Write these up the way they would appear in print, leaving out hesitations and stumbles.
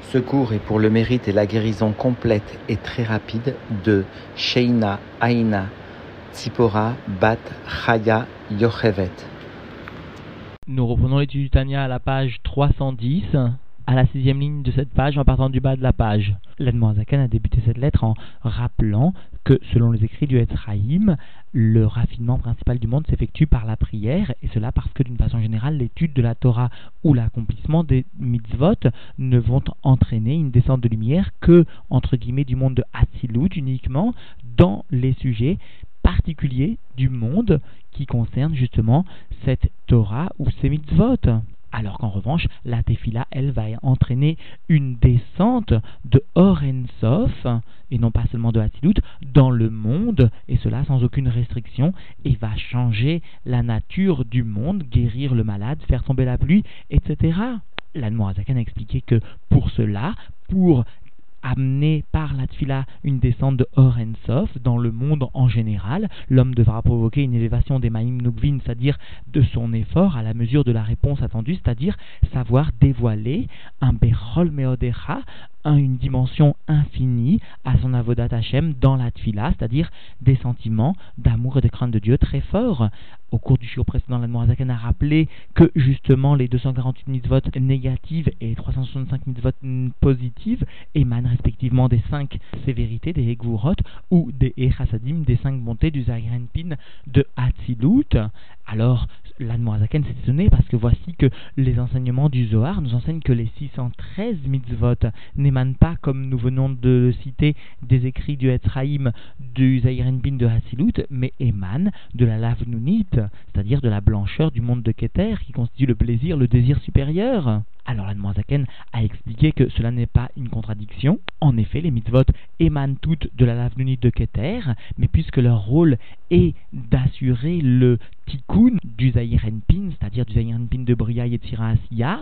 Ce cours est pour le mérite et la guérison complète et très rapide de Sheina Aina Tzipora Bat Chaya Yochevet. Nous reprenons l'étude du Tanya à la page 310, à la 6e ligne de cette page, en partant du bas de la page. L'Admor Zaken a débuté cette lettre en rappelant que, selon les écrits du Etz Chaim, le raffinement principal du monde s'effectue par la prière, et cela parce que, d'une façon générale, l'étude de la Torah ou l'accomplissement des mitzvot ne vont entraîner une descente de lumière que, entre guillemets, du monde de Hatzilut uniquement, dans les sujets particuliers du monde qui concerne justement cette Torah ou ces mitzvot. Alors qu'en revanche, la Tefila, elle, va entraîner une descente de Or En Sof, et non pas seulement de Hatzilut, dans le monde, et cela sans aucune restriction, et va changer la nature du monde, guérir le malade, faire tomber la pluie, etc. L'Admor Zaken a expliqué que pour cela, pour amener par la Tfila une descente de Or En Sof dans le monde en général, l'homme devra provoquer une élévation des Maïm Nukvin, c'est-à-dire de son effort à la mesure de la réponse attendue, c'est-à-dire savoir dévoiler un Bechol Meodecha, une dimension infinie à son Avodat Hashem dans la Tfila, c'est-à-dire des sentiments d'amour et de crainte de Dieu très forts. Au cours du shiur précédent, l'Admor Zaken a rappelé que justement les 248 mitzvot négatives et 365 mitzvot positives émanent respectivement des 5 sévérités, des Hegvurot, ou des Echasadim, des 5 bontés du Zagrenpin de Hatzilut. Alors, l'Admor Zaken s'est étonné parce que voici que les enseignements du Zohar nous enseignent que les 613 mitzvot n'émanent pas, comme nous venons de le citer, des écrits du Etz Chaim du Zagrenpin de Hatzilut, mais émanent de la Lavnunit, c'est-à-dire de la blancheur du monde de Keter, qui constitue le plaisir, le désir supérieur. Alors l'Admor Zaken a expliqué que cela n'est pas une contradiction. En effet, les mitzvot émanent toutes de la Lavnunit de Keter, mais puisque leur rôle est d'assurer le tikkun du Zahir-Enpin, c'est-à-dire du Zahir-Enpin de Bria Yetzira Asiya,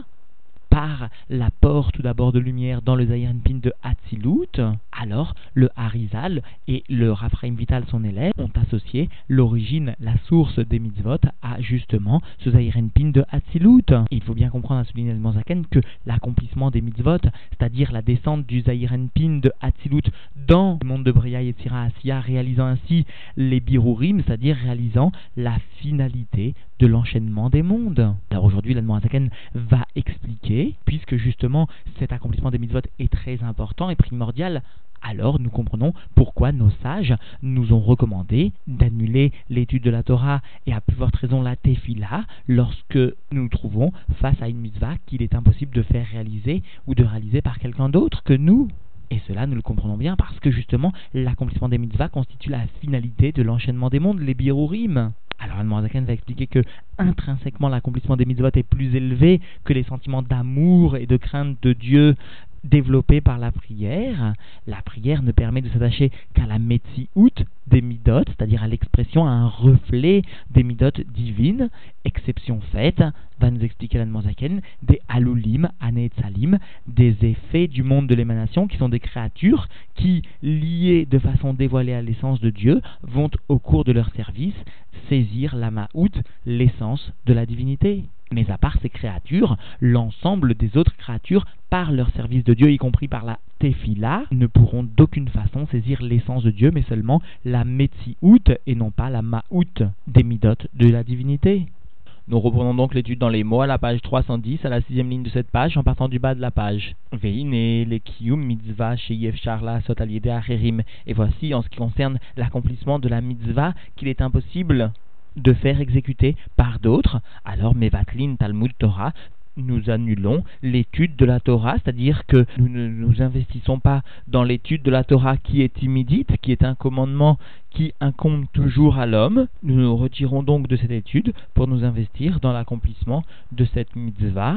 par l'apport tout d'abord de lumière dans le Zahir-Enpin de Hatzilut, alors le Harizal et le Raphaïm Vital, son élève, ont associé l'origine, la source des mitzvot à justement ce Zahir-Enpin de Hatzilut. Il faut bien comprendre à souligner l'Admor Zaken que l'accomplissement des mitzvot, c'est-à-dire la descente du Zahir-Enpin de Hatzilut dans le monde de Bria Yetzira Asiya, réalisant ainsi les Birurim, c'est-à-dire réalisant la finalité de l'enchaînement des mondes. Alors aujourd'hui, l'Admor Zaken va expliquer, puisque justement cet accomplissement des mitzvot est très important et primordial, alors nous comprenons pourquoi nos sages nous ont recommandé d'annuler l'étude de la Torah et à plus forte raison la Tefila lorsque nous nous trouvons face à une mitzvah qu'il est impossible de faire réaliser ou de réaliser par quelqu'un d'autre que nous. Et cela, nous le comprenons bien parce que justement l'accomplissement des mitzvahs constitue la finalité de l'enchaînement des mondes, les birurim. Alors l'Admor Zaken va expliquer que intrinsèquement l'accomplissement des mitzvot est plus élevé que les sentiments d'amour et de crainte de Dieu développés par la prière. La prière ne permet de s'attacher qu'à la metziut des midot, c'est-à-dire à l'expression, à un reflet des midot divines, exception faite, va nous expliquer l'Admor Zaken, des halulim, anetzalim, des effets du monde de l'émanation qui sont des créatures qui, liées de façon dévoilée à l'essence de Dieu, vont au cours de leur service saisir la ma'out, l'essence de la divinité. Mais à part ces créatures, l'ensemble des autres créatures, par leur service de Dieu, y compris par la Tefila, ne pourront d'aucune façon saisir l'essence de Dieu, mais seulement la Metziut et non pas la Ma'out des Midot de la divinité. Nous reprenons donc l'étude dans les mots à la page 310, à la 6e ligne de cette page, en partant du bas de la page. Veine le kiyum mitzvah sheyefshar la'asot al yedei acherim. Et voici, en ce qui concerne l'accomplissement de la mitzvah, qu'il est impossible de faire exécuter par d'autres, alors Mevatlin Talmud Torah, nous annulons l'étude de la Torah, c'est-à-dire que nous ne nous investissons pas dans l'étude de la Torah qui est timidite, qui est un commandement qui incombe toujours à l'homme. Nous nous retirons donc de cette étude pour nous investir dans l'accomplissement de cette mitzvah.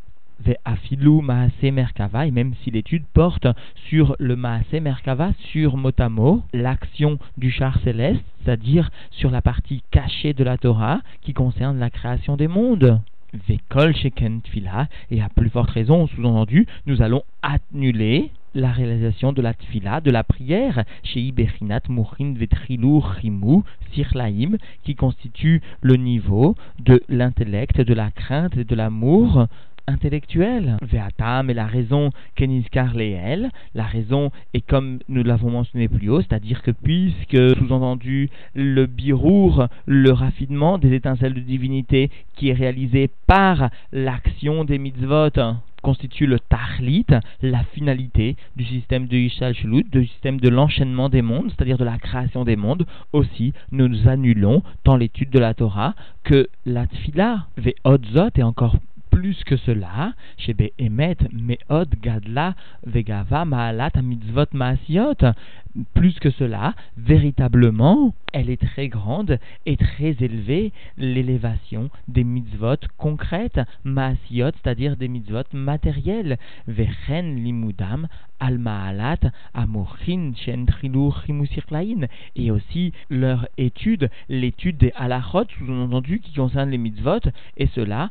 Ve'afilu Maaseh Merkava, et même si l'étude porte sur le Maaseh Merkava, sur mot à mot, l'action du char céleste, c'est-à-dire sur la partie cachée de la Torah qui concerne la création des mondes. Ve'kol sheken tfila, et à plus forte raison, sous-entendu, nous allons annuler la réalisation de la tfila, de la prière, chez Bechinat Mouchin Vetrilu Chimu Sirlaim, qui constitue le niveau de l'intellect, de la crainte et de l'amour intellectuelle. Ve'atam est la raison kenizkar leel, la raison est comme nous l'avons mentionné plus haut, c'est-à-dire que puisque, sous-entendu, le birour, le raffinement des étincelles de divinité qui est réalisé par l'action des mitzvot, constitue le tahlit, la finalité du système de Hishalshelut, du système de l'enchaînement des mondes, c'est-à-dire de la création des mondes. Aussi, nous annulons dans l'étude de la Torah que la tfila, ve'odzot, et encore plus que cela, chez Be'emet, Me'od, Gadla, Vegava, Ma'alat, Mitzvot, Ma'asiot, plus que cela, véritablement, elle est très grande et très élevée, l'élévation des mitzvot concrètes, Ma'asiot, c'est-à-dire des mitzvot matériels, Vechen, Limudam, Al Ma'alat, Amochin, Shen, Trilur, Chimusirklaïn, et aussi leur étude, l'étude des halachot, sous-entendu, qui concerne les mitzvot, et cela,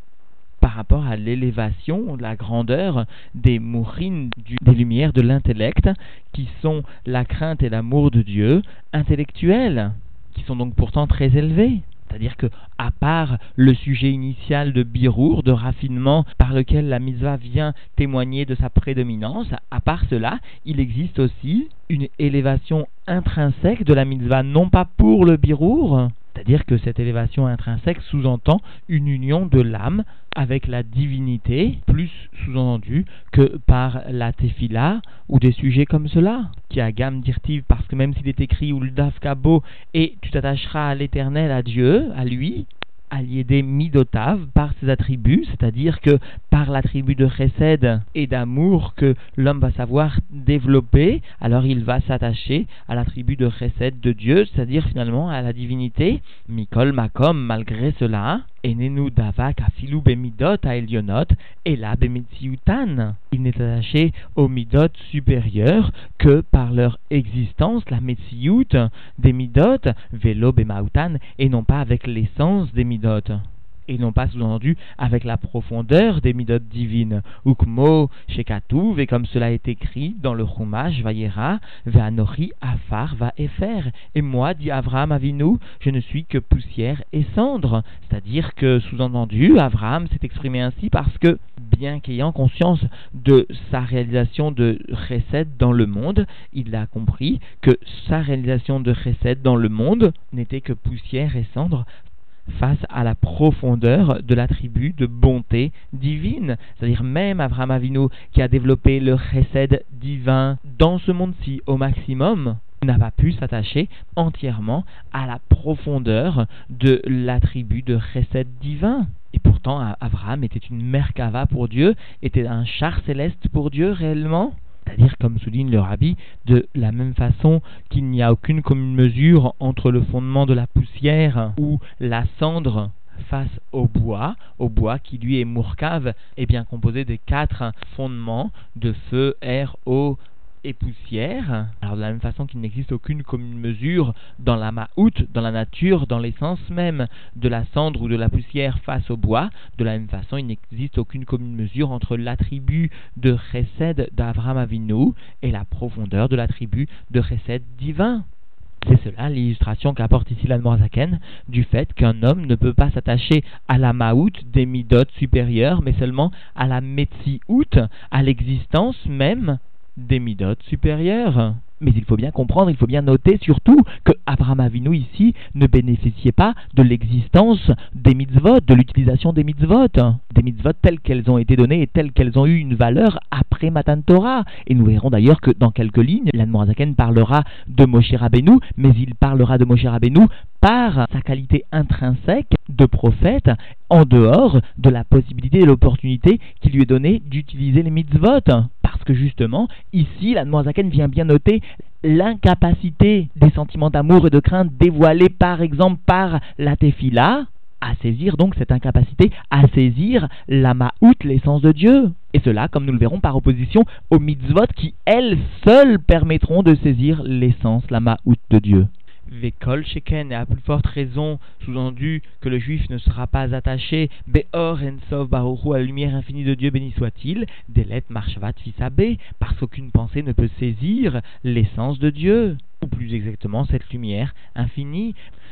par rapport à l'élévation, la grandeur des mourines, des lumières de l'intellect, qui sont la crainte et l'amour de Dieu, intellectuels, qui sont donc pourtant très élevés. C'est-à-dire que, à part le sujet initial de birour, de raffinement, par lequel la mitzvah vient témoigner de sa prédominance, à part cela, il existe aussi une élévation intrinsèque de la mitzvah, non pas pour le birour, c'est-à-dire que cette élévation intrinsèque sous-entend une union de l'âme avec la divinité, plus sous-entendu que par la tefila ou des sujets comme cela, qui a gamme dirtive, parce que même s'il est écrit ou le dafkabo et tu t'attacheras à l'éternel, à Dieu, à lui, allié midotav par ses attributs, c'est-à-dire que par l'attribut de chesed et d'amour que l'homme va savoir développer, alors il va s'attacher à l'attribut de chesed de Dieu, c'est-à-dire finalement à la divinité. Mikol makom, malgré cela, enenu davak afilu bemidot a elionot et la bemetziutan. Il n'est attaché aux midot supérieurs que par leur existence, la metziut des midot, velo bemautan, et non pas avec l'essence des midot, et non pas sous-entendu avec la profondeur des midot divines. Ukmo shekatuv, et comme cela est écrit dans le Chumash, Vayera, Ve'anori afar va efer. Et moi, dit Avraham Avinu, je ne suis que poussière et cendre. C'est-à-dire que, sous-entendu, Avraham s'est exprimé ainsi parce que, bien qu'ayant conscience de sa réalisation de chesed dans le monde, il a compris que sa réalisation de chesed dans le monde n'était que poussière et cendre face à la profondeur de l'attribut de bonté divine. C'est-à-dire même Avraham Avinu, qui a développé le chesed divin dans ce monde-ci au maximum, n'a pas pu s'attacher entièrement à la profondeur de l'attribut de chesed divin. Et pourtant, Avraham était une merkava pour Dieu, était un char céleste pour Dieu réellement. C'est-à-dire, comme souligne le Rabbi, de la même façon qu'il n'y a aucune commune mesure entre le fondement de la poussière ou la cendre face au bois qui lui est mourkave, est bien composé des 4 fondements de feu, air, eau et poussière. Alors de la même façon qu'il n'existe aucune commune mesure dans la ma'out, dans la nature, dans l'essence même de la cendre ou de la poussière face au bois, de la même façon il n'existe aucune commune mesure entre l'attribut de chesed d'Avraham Avinu et la profondeur de l'attribut de chesed divin. C'est cela l'illustration qu'apporte ici l'Admorazaken du fait qu'un homme ne peut pas s'attacher à la ma'out des midot supérieures, mais seulement à la metsiout, à l'existence même des midot supérieures. Mais il faut bien comprendre, il faut bien noter surtout que Avraham Avinu ici ne bénéficiait pas de l'existence des mitzvot, de l'utilisation des mitzvot telles qu'elles ont été données et telles qu'elles ont eu une valeur après Matan Torah. Et nous verrons d'ailleurs que dans quelques lignes, l'Admorazaken parlera de Moshe Rabbeinu, mais il parlera de Moshe Rabbeinu par sa qualité intrinsèque de prophète, en dehors de la possibilité et l'opportunité qui lui est donnée d'utiliser les mitzvot. Parce que justement, ici, l'Admorazaken vient bien noter l'incapacité des sentiments d'amour et de crainte dévoilés par exemple par la tefila, à saisir donc cette incapacité à saisir la ma'out, l'essence de Dieu. Et cela, comme nous le verrons, par opposition aux mitzvot qui, elles seules, permettront de saisir l'essence, la ma'out de Dieu. Vekol Sheken, et à plus forte raison, sous-entendu que le juif ne sera pas attaché, Beor Ensov Baruchu, à la lumière infinie de Dieu, béni soit-il, Delet Marshvat Fisabe, parce qu'aucune pensée ne peut saisir l'essence de Dieu, ou plus exactement cette lumière infinie.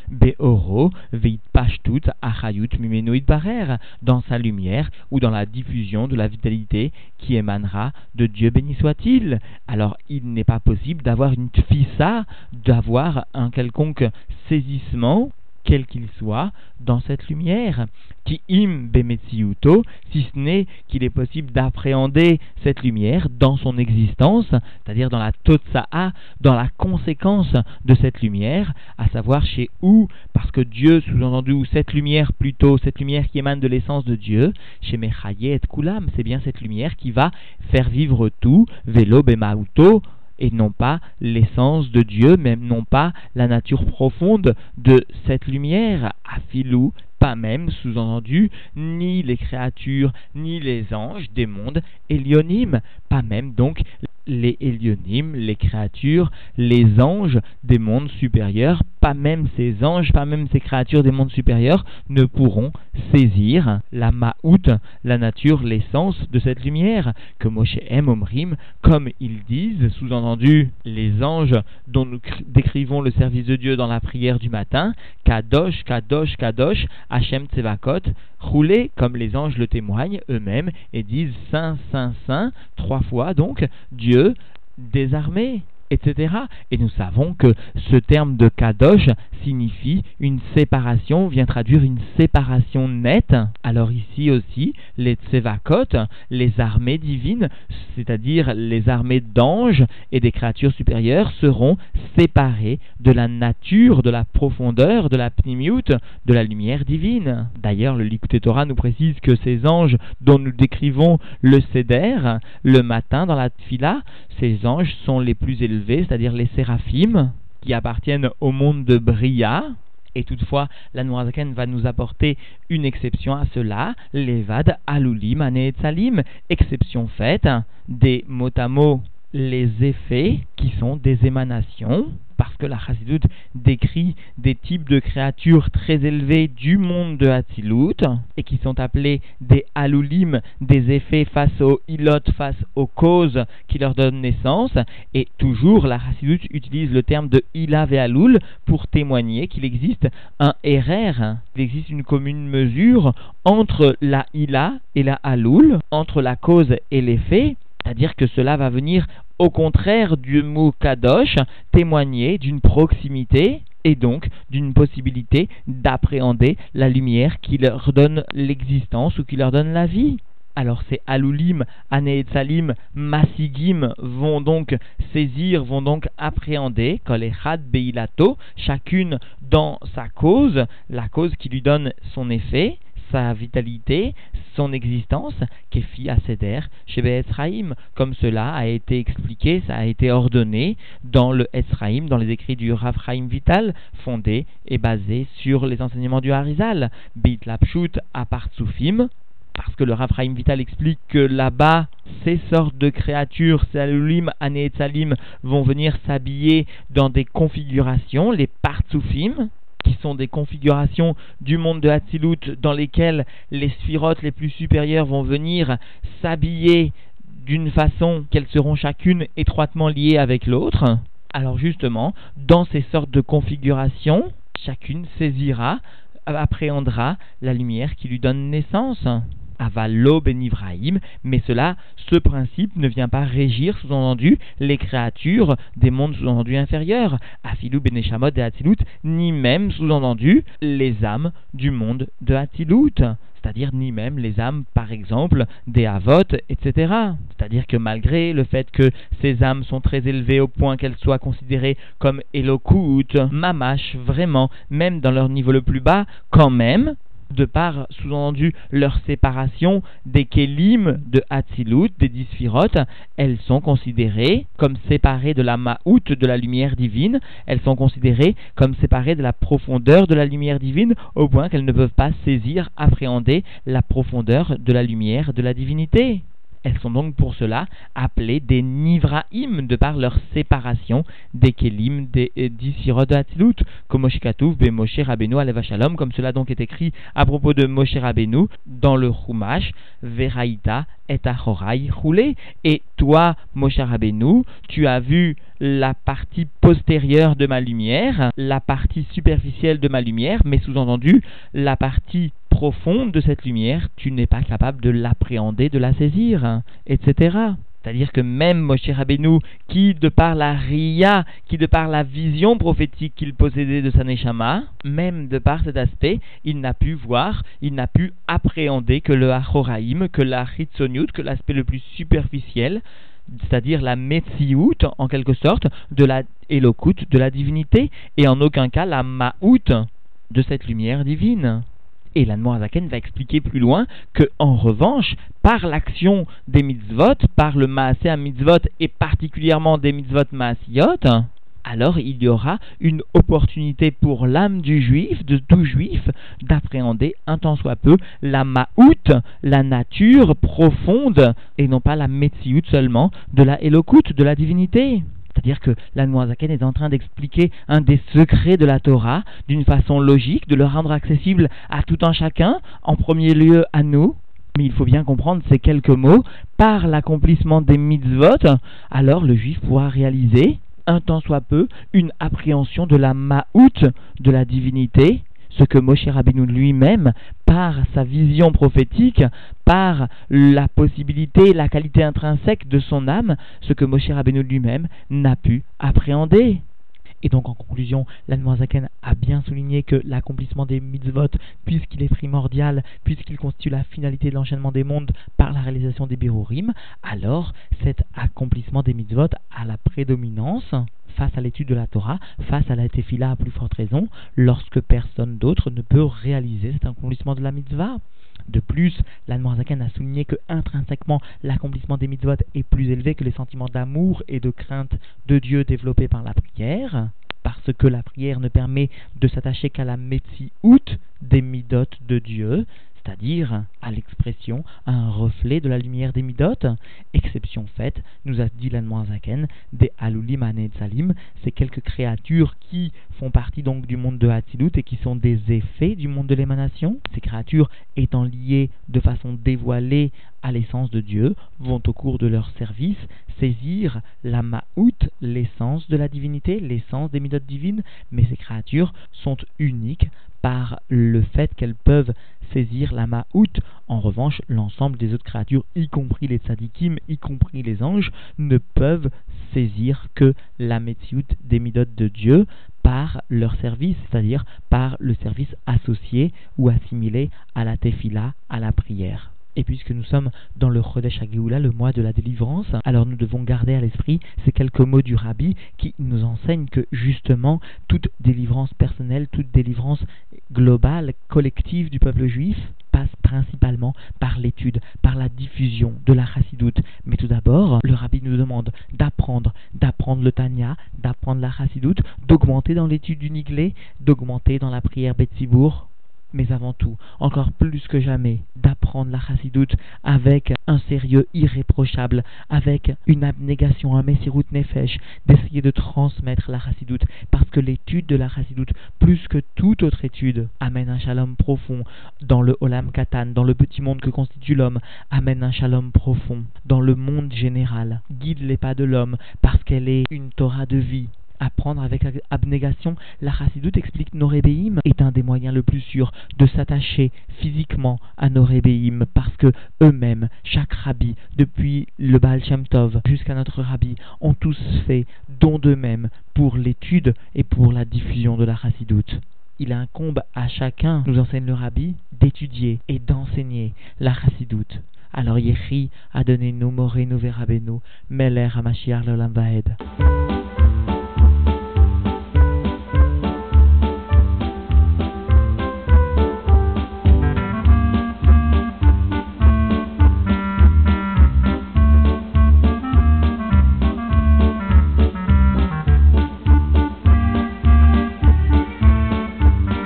be'oro veitpashtut achayut mimenu itbarer, dans sa lumière ou dans la diffusion de la vitalité qui émanera de Dieu béni soit-il. Alors il n'est pas possible d'avoir une tfissa, d'avoir un quelconque saisissement, quel qu'il soit, dans cette lumière. Ki im bemetziuto, si ce n'est qu'il est possible d'appréhender cette lumière dans son existence, c'est-à-dire dans la totsa'a, dans la conséquence de cette lumière, à savoir chez où, parce que Dieu, sous-entendu, ou cette lumière plutôt, cette lumière qui émane de l'essence de Dieu, chez Mechaye et Kulam, c'est bien cette lumière qui va faire vivre tout, velo bemauto, et non pas l'essence de Dieu, même non pas la nature profonde de cette lumière, afilou, pas même, sous-entendu, ni les créatures, ni les anges des mondes Elionim, pas même donc les Elionim, les créatures, les anges des mondes supérieurs, pas même ces anges, pas même ces créatures des mondes supérieurs ne pourront saisir la ma'out, la nature, l'essence de cette lumière, que Moshehem Omrim, comme ils disent, sous-entendu, les anges dont nous décrivons le service de Dieu dans la prière du matin, Kadosh, Kadosh, Kadosh, Hachem Tsevakot, roulés comme les anges le témoignent eux-mêmes et disent Saint, Saint, Saint, 3 fois donc, Dieu désarmé, etc. Et nous savons que ce terme de Kadosh signifie une séparation, vient traduire une séparation nette. Alors ici aussi, les Tsevakot, les armées divines, c'est-à-dire les armées d'anges et des créatures supérieures, seront séparées de la nature, de la profondeur, de la pnimiut, de la lumière divine. D'ailleurs, le Likutei Torah nous précise que ces anges dont nous décrivons le Seder, le matin dans la Tfila, ces anges sont les plus élevés, c'est-à-dire les séraphim, qui appartiennent au monde de Bria. Et toutefois, l'Admor HaZaken va nous apporter une exception à cela, l'Evad Alulim Aneetzalim, exception faite des mot à mot, les effets qui sont des émanations, parce que la Chassidut décrit des types de créatures très élevées du monde de Hatzilut et qui sont appelés des Alulim, des effets face aux Ilot, face aux causes qui leur donnent naissance. Et toujours la Chassidut utilise le terme de Ila ve'Alul pour témoigner qu'il existe un RR, il existe une commune mesure entre la Ila et la Alul, entre la cause et l'effet. C'est-à-dire que cela va venir au contraire du mot Kadosh, témoigner d'une proximité et donc d'une possibilité d'appréhender la lumière qui leur donne l'existence ou qui leur donne la vie. Alors ces Alulim, Aneetzalim, Masigim vont donc saisir, vont donc appréhender, Kol Echad Beilato, chacune dans sa cause, la cause qui lui donne son effet, sa vitalité, son existence, Kefi Aseder, chez Etzraïm, comme cela a été expliqué, ça a été ordonné dans le Etzraïm, dans les écrits du Rav Chaim Vital, fondé et basé sur les enseignements du Harizal, Beit Lapshut Apartsufim, parce que le Rav Chaim Vital explique que là-bas, ces sortes de créatures, ces Alulim, Aneetzalim, vont venir s'habiller dans des configurations, les Partsufim, qui sont des configurations du monde de Hatzilut dans lesquelles les sphirotes les plus supérieures vont venir s'habiller d'une façon qu'elles seront chacune étroitement liées avec l'autre. Alors justement, dans ces sortes de configurations, chacune saisira, appréhendera la lumière qui lui donne naissance. Avalo ben Ibrahim, mais ce principe ne vient pas régir, sous-entendu, les créatures des mondes sous-entendus inférieurs, Afilou ben Neshamot de Hatzilut, ni même, sous-entendu, les âmes du monde de Hatzilut, c'est-à-dire ni même les âmes, par exemple, des Avot, etc. C'est-à-dire que malgré le fait que ces âmes sont très élevées au point qu'elles soient considérées comme Elokut, Mamash, vraiment, même dans leur niveau le plus bas, quand même, de par, sous-entendu, leur séparation des Kélim de Hatzilut, des 10 Sfirotes, elles sont considérées comme séparées de la Ma'out, de la lumière divine, elles sont considérées comme séparées de la profondeur de la lumière divine, au point qu'elles ne peuvent pas saisir, appréhender la profondeur de la lumière de la divinité. Elles sont donc pour cela appelées des Nivraim, de par leur séparation des Kélim, des Sirot de Hatzilut, comme Moshe Katouf, be Moshe Rabbeinu Alev Shalom, comme cela donc est écrit à propos de Moshe Rabbeinu dans le Chumash, Veraïta et Achorai Choulé. Et toi, Moshe Rabbeinu, tu as vu la partie postérieure de ma lumière, la partie superficielle de ma lumière, mais sous-entendu, la partie profonde de cette lumière, tu n'es pas capable de l'appréhender, de la saisir, etc. C'est-à-dire que même Moshe Rabbeinu, qui de par la Riya, qui de par la vision prophétique qu'il possédait de sa Neshama, même de par cet aspect, il n'a pu voir, il n'a pu appréhender que le Achoraïm, que la Chitzoniut, que l'aspect le plus superficiel, c'est-à-dire la Metsiout, en quelque sorte, de la Elokut, de la divinité, et en aucun cas la Ma'out de cette lumière divine. Et l'Admor Hazaken va expliquer plus loin que, en revanche, par l'action des mitzvot, par le Maaseh à mitzvot et particulièrement des mitzvot Maasiyot, alors il y aura une opportunité pour l'âme du juif, de tout juif, d'appréhender un tant soit peu la Ma'out, la nature profonde, et non pas la Metsiout seulement, de la Elokut, de la divinité. C'est-à-dire que l'Admor Hazaken est en train d'expliquer un des secrets de la Torah d'une façon logique, de le rendre accessible à tout un chacun, en premier lieu à nous. Mais il faut bien comprendre ces quelques mots. Par l'accomplissement des mitzvot, alors le juif pourra réaliser, un tant soit peu, une appréhension de la Ma'out, de la divinité, ce que Moshe Rabbeinu lui-même, par sa vision prophétique, par la possibilité, la qualité intrinsèque de son âme, ce que Moshe Rabbeinu lui-même n'a pu appréhender. Et donc en conclusion, l'Admor Hazaken a bien souligné que l'accomplissement des mitzvot, puisqu'il est primordial, puisqu'il constitue la finalité de l'enchaînement des mondes par la réalisation des birurim, alors cet accomplissement des mitzvot a la prédominance face à l'étude de la Torah, face à la tefila à plus forte raison, lorsque personne d'autre ne peut réaliser cet accomplissement de la mitzvah. De plus, l'Admor Hazaken a souligné que intrinsèquement l'accomplissement des mitzvot est plus élevé que les sentiments d'amour et de crainte de Dieu développés par la prière, parce que la prière ne permet de s'attacher qu'à la Metsiout des midot de Dieu, c'est-à-dire à l'expression, à un reflet de la lumière des midot. Exception faite, nous a dit l'Admor Hazaken, des Halulim Hanetzalim, ces quelques créatures qui font partie donc du monde de Hatzilut et qui sont des effets du monde de l'émanation. Ces créatures étant liées de façon dévoilée à l'essence de Dieu, vont au cours de leur service saisir la Ma'out, l'essence de la divinité, l'essence des midot divines, mais ces créatures sont uniques par le fait qu'elles peuvent saisir la Ma'out. En revanche, l'ensemble des autres créatures, y compris les tzadikim, y compris les anges, ne peuvent saisir que la Metsiout des midot de Dieu par leur service, c'est-à-dire par le service associé ou assimilé à la tefila, à la prière. Et puisque nous sommes dans le Chodesh HaGeoula, le mois de la délivrance, alors nous devons garder à l'esprit ces quelques mots du Rabbi qui nous enseignent que justement toute délivrance personnelle, toute délivrance globale, collective du peuple juif passe principalement par l'étude, par la diffusion de la Chassidoute. Mais tout d'abord, le Rabbi nous demande d'apprendre le Tanya, d'apprendre la Chassidoute, d'augmenter dans l'étude du Niglé, d'augmenter dans la prière Betsibour, mais avant tout, encore plus que jamais, d'apprendre la Chassidoute avec un sérieux irréprochable, avec une abnégation, un Messirut Nefesh, d'essayer de transmettre la Chassidoute, parce que l'étude de la Chassidoute, plus que toute autre étude, amène un shalom profond dans le Olam Katan, dans le petit monde que constitue l'homme, amène un shalom profond dans le monde général, guide les pas de l'homme, parce qu'elle est une Torah de vie. Apprendre avec abnégation la Chassidoute, explique Norébéim, est un des moyens le plus sûr de s'attacher physiquement à Norébéim, parce que eux-mêmes, chaque rabbi, depuis le Baal Shem Tov jusqu'à notre rabbi, ont tous fait don d'eux-mêmes pour l'étude et pour la diffusion de la Chassidoute. Il incombe à chacun, nous enseigne le rabbi, d'étudier et d'enseigner la Chassidoute. Alors Yechi a donné nous Morenu Verabenu, Meler HaMashiach L'Olam Vaed.